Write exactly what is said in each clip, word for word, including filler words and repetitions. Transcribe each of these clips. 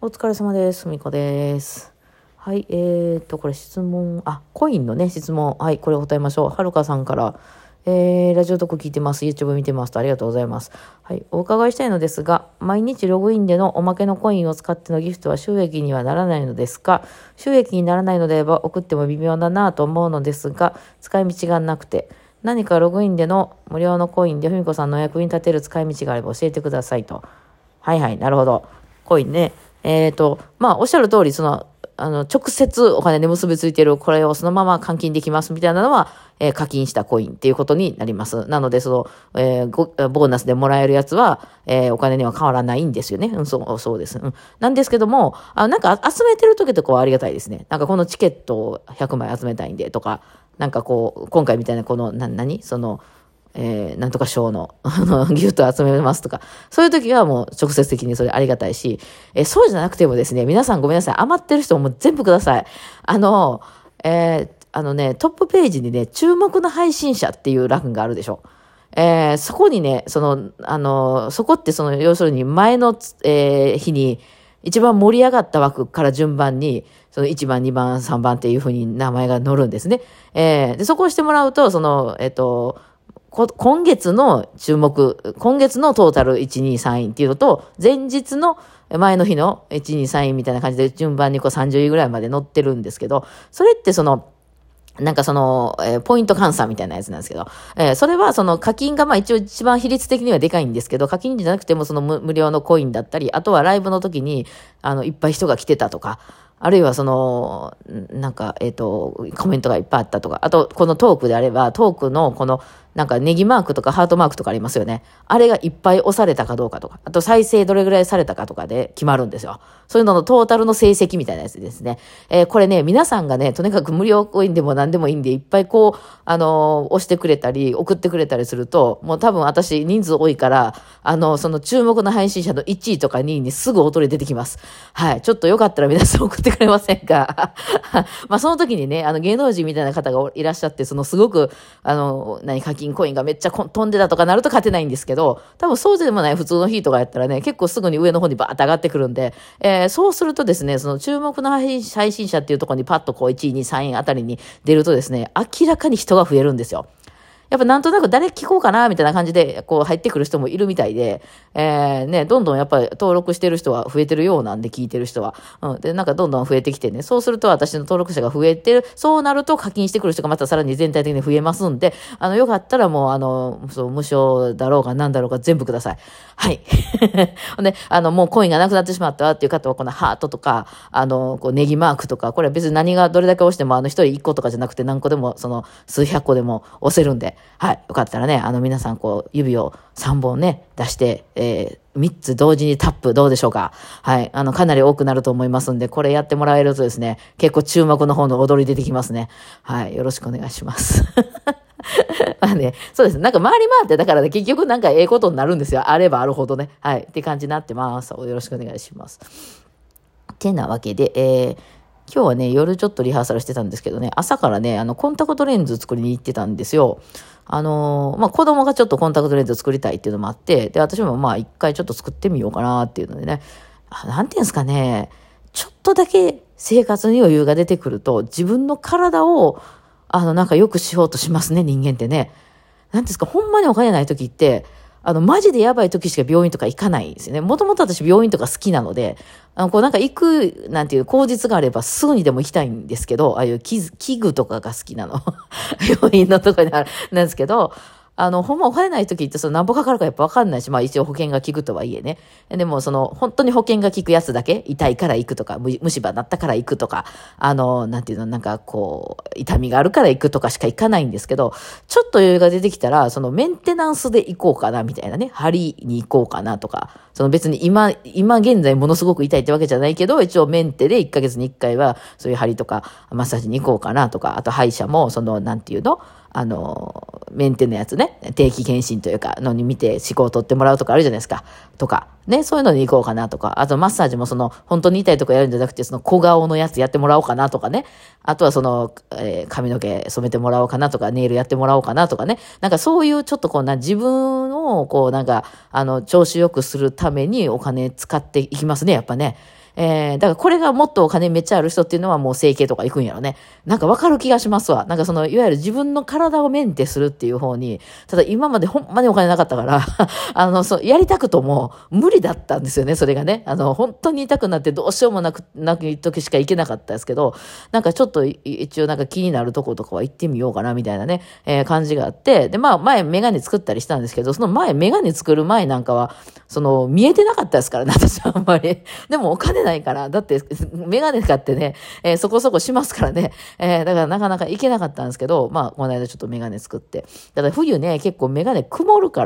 お疲れ様です。みこです。はい、えーと、これ質問、あ、コインのね、質問。はい、これ答えましょう。はるかさんから、えー、ラジオトーク聞いてます。YouTube 見てますとありがとうございます。はい、お伺いしたいのですが、毎日ログインでのおまけのコインを使ってのギフトは収益にはならないのですか？収益にならないのであれば送っても微妙だなと思うのですが、使い道がなくて、何かログインでの無料のコインでふみこさんのお役に立てる使い道があれば教えてくださいと。はいはい、なるほど。コインね。えっと、まあ、おっしゃる通り、その、あの、直接お金で結びついている、これをそのまま換金できますみたいなのは、えー課金したコインっていうことになります。なので、その、えーごボーナスでもらえるやつは、えーお金には変わらないんですよね。うん、そう、そうです。うん。なんですけども、あ、なんか集めてる時とかはありがたいですね。なんかこのチケットをひゃくまい集めたいんでとか、なんかこう、今回みたいなこの、な、何その、えー、なんとか賞の、あの、ギフトを集めますとか、そういう時はもう直接的にそれありがたいし、えーそうじゃなくてもですね、皆さんごめんなさい、余ってる人も全部ください。あの、えーあのね、トップページにね、注目の配信者っていう欄があるでしょ。えーそこにね、その、あの、そこってその、要するに前の、えー日に、一番盛り上がった枠から順番に、そのいちばん、にばん、さんばんっていうふうに名前が載るんですね。えーで、そこをしてもらうと、その、えっと、こ今月の注目、今月のトータルいち、に、さんいっていうのと、前日の前の日のいち、に、さんいみたいな感じで順番にこうさんじゅういぐらいまで載ってるんですけど、それってその、なんかその、えーポイント換算みたいなやつなんですけど、えーそれはその課金がまあ一応一番比率的にはでかいんですけど、課金じゃなくてもその無無料のコインだったり、あとはライブの時に、あの、いっぱい人が来てたとか、あるいはその、んなんか、えっと、コメントがいっぱいあったとか、あと、このトークであれば、トークのこの、なんかネギマークとかハートマークとかありますよね。あれがいっぱい押されたかどうかとか、あと再生どれぐらいされたかとかで決まるんですよ。そういうののトータルの成績みたいなやつですね。えーこれね、皆さんがね、とにかく無料コインでも何でもいいんで、いっぱいこう、あのー押してくれたり、送ってくれたりすると、もう多分私人数多いから、あの、その注目の配信者のいちいとかにいにすぐおとり出てきます。はい。ちょっとよかったら皆さん送ってくれませんか？まあその時にね、あの芸能人みたいな方がいらっしゃって、そのすごく、あの、何、課金コインがめっちゃこ飛んでたとかなると勝てないんですけど、多分そうでもない普通の日とかやったらね、結構すぐに上の方にバーって上がってくるんで、えーそうするとですね、その注目の配信配信者っていうところにパッとこういちい、にい、さんいあたりに出るとですね、明らかに人が増えるんですよ。やっぱなんとなく誰聞こうかなみたいな感じでこう入ってくる人もいるみたいで、えー、ね、どんどんやっぱり登録してる人は増えてるようなんで聞いてる人は。うん。で、なんかどんどん増えてきてね、そうすると私の登録者が増えてる、そうなると課金してくる人がまたさらに全体的に増えますんで、あの、よかったらもうあの、そう、無償だろうが何だろうが全部ください。はい。で、あの、もうコインがなくなってしまったっていう方はこのハートとか、あの、こうネギマークとか、これは別に何がどれだけ押してもあの一人一個とかじゃなくて何個でも、その数百個でも押せるんで、はい。よかったらね、あの皆さんこう、指をさんぼんね、出して、えー、みっつ同時にタップどうでしょうか？はい。あの、かなり多くなると思いますんで、これやってもらえるとですね、結構注目の方の踊り出てきますね。はい。よろしくお願いします。まあね、そうです。なんか回り回って、だからね、結局なんかええことになるんですよ。あればあるほどね。はい。って感じになってます。よろしくお願いします。てなわけで、えー今日はね、夜ちょっとリハーサルしてたんですけどね、朝からね、あの、コンタクトレンズ作りに行ってたんですよ。あのーまあ、子供がちょっとコンタクトレンズ作りたいっていうのもあって、で、私もまあ、一回ちょっと作ってみようかなっていうのでね、あなんていうんですかね、ちょっとだけ生活に余裕が出てくると、自分の体を、あの、なんか良くしようとしますね、人間ってね。なんていうんですか、ほんまにお金ない時って、あの、マジでやばい時しか病院とか行かないんですよね。もともと私病院とか好きなので、あの、こうなんか行く、なんていう口実があればすぐにでも行きたいんですけど、ああいう器器具とかが好きなの。病院のとこにある、なんですけど、あの、ほんまお金ない時ってその何ぼかかるかやっぱわかんないし、まあ一応保険が効くとはいえね。でもその本当に保険が効くやつだけ、痛いから行くとか、む虫歯だったから行くとか、あの、なんていうの、なんかこう、痛みがあるから行くとかしか行かないんですけど、ちょっと余裕が出てきたら、そのメンテナンスで行こうかなみたいなね、針に行こうかなとか、その別に今、今現在ものすごく痛いってわけじゃないけど、一応メンテでいっかげつにいっかいはそういう針とかマッサージに行こうかなとか、あと歯医者もその、なんていうの、あの、メンテのやつね、定期検診というか、のに見て思考を取ってもらうとかあるじゃないですか。とか、ね、そういうのに行こうかなとか、あとマッサージもその、本当に痛いとこやるんじゃなくて、その小顔のやつやってもらおうかなとかね。あとはその、えー髪の毛染めてもらおうかなとか、ネイルやってもらおうかなとかね。なんかそういうちょっとこうな、自分をこうなんか、あの、調子よくするためにお金使っていきますね、やっぱね。 えー、だからこれがもっとお金めっちゃある人っていうのはもう整形とか行くんやろね。なんかわかる気がしますわ。なんかその、いわゆる自分の体をメンテするっていう方に、ただ今までほんまにお金なかったから、あの、そう、やりたくとも無理だったんですよね、それがね。あの、本当に痛くなってどうしようもなく、なく時しか行けなかったですけど、なんかちょっと一応なんか気になるとことかは行ってみようかなみたいなね、えー、感じがあって、で、まあ前メガネ作ったりしたんですけど、その前メガネ作る前なんかは、その見えてなかったですからね、私はあんまり。でもお金ないから、だってメガネ買ってね、えー、そこそこしますからね、えー、だからなかなか行けなかったんですけど、まあこの間ちょっとメガネ作って。だから冬ね、結構メガネ曇るから、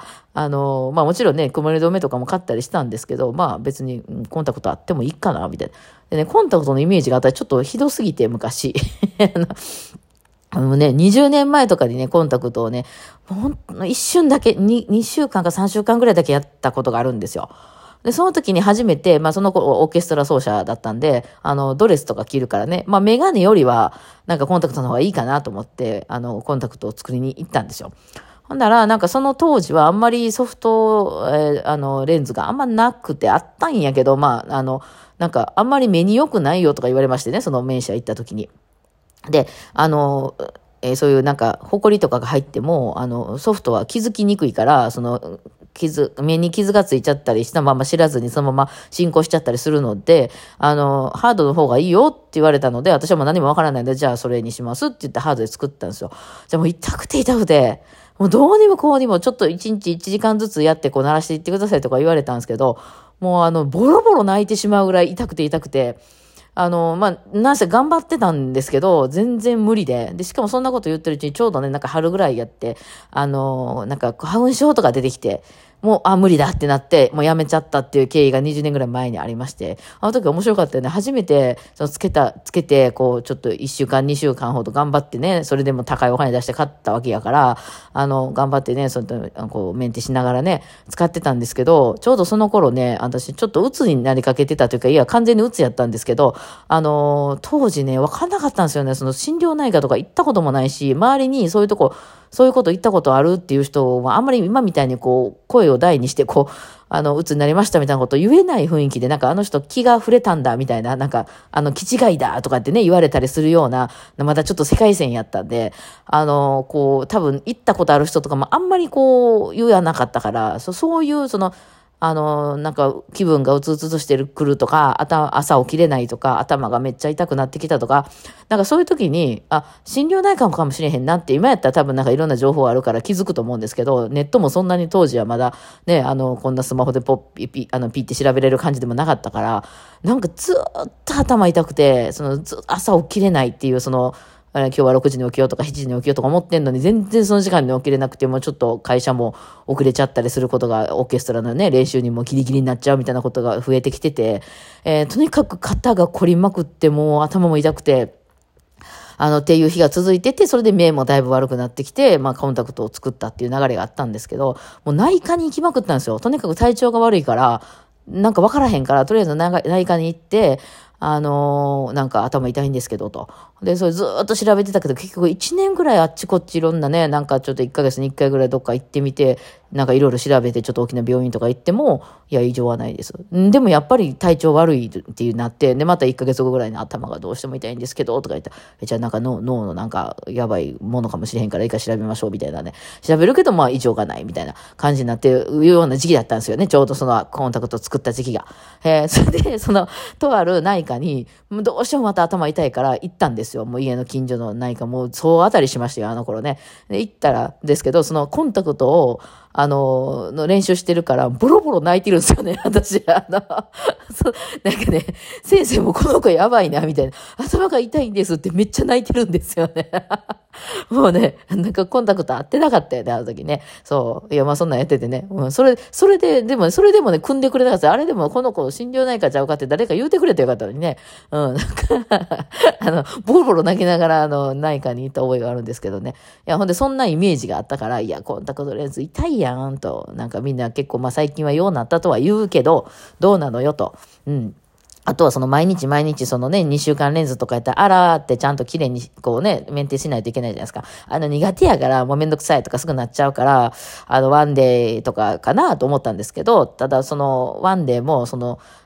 あの、まあもちろんね、曇り止めとかも買ったりしたんですけど、まあ別にコンタクトあってもいいかな、みたいな。でね、コンタクトのイメージがあったらちょっとひどすぎて、昔。あのね、にじゅうねんまえとかにね、コンタクトをね、ほんの一瞬だけ、に、にしゅうかんかさんしゅうかんぐらいだけやったことがあるんですよ。で、その時に初めて、まあその子オーケストラ奏者だったんで、あの、ドレスとか着るからね、まあメガネよりは、なんかコンタクトの方がいいかなと思って、あの、コンタクトを作りに行ったんですよ。ほんなら、なんかその当時はあんまりソフト、えー、あの、レンズがあんまなくてあったんやけど、まあ、あの、なんかあんまり目に良くないよとか言われましてね、その名車行った時に。で、あの、えー、そういうなんか、ホコリとかが入っても、あの、ソフトは気づきにくいから、その、傷、目に傷がついちゃったりしたまま知らずにそのまま進行しちゃったりするので、あの、ハードの方がいいよって言われたので、私はもう何もわからないので、じゃあそれにしますって言ってハードで作ったんですよ。じゃあもう痛くて痛くて、もうどうにもこうにもちょっといちにちいちじかんずつやってこう鳴らしていってくださいとか言われたんですけど、もうあの、ボロボロ泣いてしまうぐらい痛くて痛くて、あの、まあ、なんせ頑張ってたんですけど、全然無理で。で、しかもそんなこと言ってるうちにちょうどね、なんか春ぐらいやって、あの、なんか花粉症とか出てきて、もう、あ、無理だってなって、もうやめちゃったっていう経緯がにじゅうねんぐらい前にありまして、あの時面白かったよね。初めて、そのつけた、つけて、こう、ちょっといっしゅうかん、にしゅうかんほど頑張ってね、それでも高いお金出して買ったわけやから、あの、頑張ってね、その、こう、メンテしながらね、使ってたんですけど、ちょうどその頃ね、私、ちょっと鬱になりかけてたというか、いや、完全に鬱やったんですけど、あの、当時ね、わかんなかったんですよね。その、心療内科とか行ったこともないし、周りにそういうとこ、そういうこと言ったことあるっていう人は、あんまり今みたいにこう、声を大にして、こう、あの、鬱になりましたみたいなこと言えない雰囲気で、なんかあの人気が触れたんだみたいな、なんか、あの、気違いだとかってね、言われたりするような、まだちょっと世界線やったんで、あの、こう、多分行ったことある人とかもあんまりこう、言わなかったから、そそういう、その、あの、なんか気分がうつうつとしてくるとか、頭、朝起きれないとか、頭がめっちゃ痛くなってきたとか、なんかそういう時に、あ、心療内科かもしれへんなって、今やったら多分なんかいろんな情報あるから気づくと思うんですけど、ネットもそんなに当時はまだね、あの、こんなスマホでポッピピ、あの、ピって調べれる感じでもなかったから、なんかずっと頭痛くて、その、ず朝起きれないっていう、その、あれ今日はろくじに起きようとかしちじに起きようとか思ってんのに全然その時間に起きれなくてもちょっと会社も遅れちゃったりすることがオーケストラのね練習にもギリギリになっちゃうみたいなことが増えてきてて、えー、とにかく肩が凝りまくってもう頭も痛くてあのっていう日が続いてて、それで目もだいぶ悪くなってきて、まあコンタクトを作ったっていう流れがあったんですけど、もう内科に行きまくったんですよ。とにかく体調が悪いからなんか分からへんからとりあえず内科に行ってあのー、なんか頭痛いんですけどと。で、それずーっと調べてたけど、結局いちねんぐらいあっちこっちいろんなね、なんかちょっといっかげつにいっかいぐらいどっか行ってみて、なんかいろいろ調べてちょっと大きな病院とか行っても、いや、異常はないです。でもやっぱり体調悪いっていうなって、で、またいっかげつごぐらいに頭がどうしても痛いんですけど、とか言って、じゃあなんか脳脳のなんかやばいものかもしれへんからいいか調べましょうみたいなね。調べるけどまあ異常がないみたいな感じになっていうような時期だったんですよね。ちょうどそのコンタクト作った時期が。えー、それで、その、とある内科に、どうしてもまた頭痛いから行ったんですよ。もう家の近所の内科もう総当たりしましたよ、あの頃ね。で、行ったらですけど、そのコンタクトを、あの、の練習してるから、ボロボロ泣いてるんですよね、私。あの、そう、なんかね、先生もこの子やばいな、みたいな。頭が痛いんですってめっちゃ泣いてるんですよね。もうね、なんかコンタクト合ってなかったよね、あの時ね。そう。いや、まあそんなんやっててね。うん、それ、それで、でも、それでもね、組んでくれなかった。あれでもこの子心療内科ちゃうかって誰か言うてくれてよかったのにね。うん、なんか、あの、ボロボロ泣きながら、あの、内科に行った覚えがあるんですけどね。いや、ほんで、そんなイメージがあったから、いや、コンタクトレンズ痛いやんと、なんかみんな結構、まあ最近はようなったとは言うけど、どうなのよと。うん。あとはその毎日毎日そのね、にしゅうかんレンズとかやったら、あらーってちゃんと綺麗にこうね、メンテしないといけないじゃないですか。あの苦手やからもうめんどくさいとかすぐなっちゃうから、あのワンデーとかかなと思ったんですけど、ただそのワンデーもその、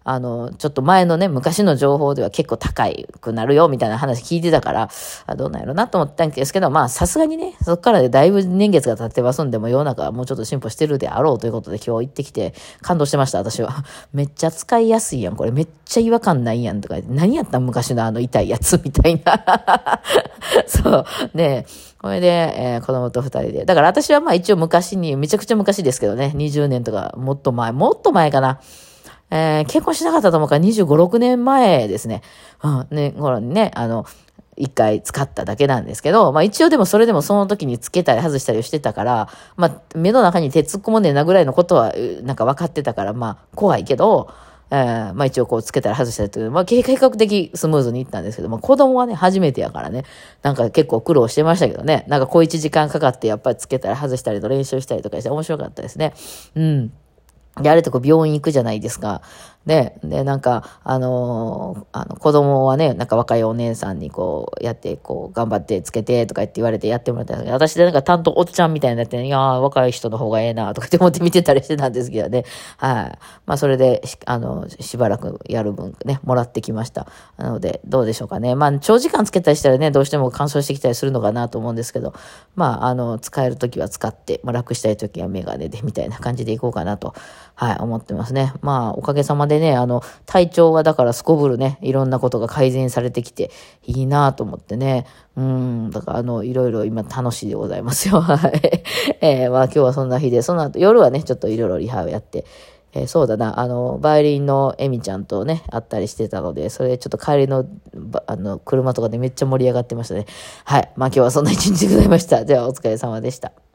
あの、ちょっと前のね、昔の情報では結構高くなるよ、みたいな話聞いてたから、あどうなんやろなと思ったんですけど、まあ、さすがにね、そこからでだいぶ年月が経ってますんで、もう世の中はもうちょっと進歩してるであろうということで今日行ってきて、感動してました、私は。めっちゃ使いやすいやん、これめっちゃ違和感ないやんとか言って、何やったん昔のあの痛いやつみたいな。そう。ねこれで、えー、子供と二人で。だから私はまあ一応昔に、めちゃくちゃ昔ですけどね、にじゅうねんとか、もっと前、もっと前かな。えー、結婚しなかったと思うからにじゅうご、ろくねんまえですね。うん、ね、頃にね、あの、一回使っただけなんですけど、まあ一応でもそれでもその時につけたり外したりしてたから、まあ目の中に手突っ込むねんなぐらいのことはなんか分かってたから、まあ怖いけど、えー、まあ一応こうつけたり外したりという、まあ計画的スムーズにいったんですけど、まあ子供はね、初めてやからね、なんか結構苦労してましたけどね、なんか小一時間かかってやっぱりつけたり外したりと練習したりとかして面白かったですね。うん。で、あれとこう病院行くじゃないですか。で、で、なんか、あのー、あの、子供はね、なんか若いお姉さんにこう、やって、こう、頑張ってつけて、とか言って言われてやってもらったんですけど、私でなんか担当おっちゃんみたいになって、いやー、若い人の方がええな、とかって思って見てたりしてたんですけどね。はい。まあ、それで、あの、しばらくやる分ね、もらってきました。なので、どうでしょうかね。まあ、長時間つけたりしたらね、どうしても乾燥してきたりするのかなと思うんですけど、まあ、あの、使えるときは使って、まあ、楽したいときはメガネで、みたいな感じでいこうかなと、はい、思ってますね。まあ、おかげさまでね、あの、体調はだからすこぶるね、いろんなことが改善されてきていいなと思ってね。うん、だからあの、いろいろ今楽しいでございますよ。はい。えー、まあ今日はそんな日で、その後夜はね、ちょっといろいろリハをやって、えー、そうだな、あの、バイオリンのエミちゃんとね、会ったりしてたので、それちょっと帰りの、あの、車とかでめっちゃ盛り上がってましたね。はい。まあ今日はそんな一日でございました。ではお疲れ様でした。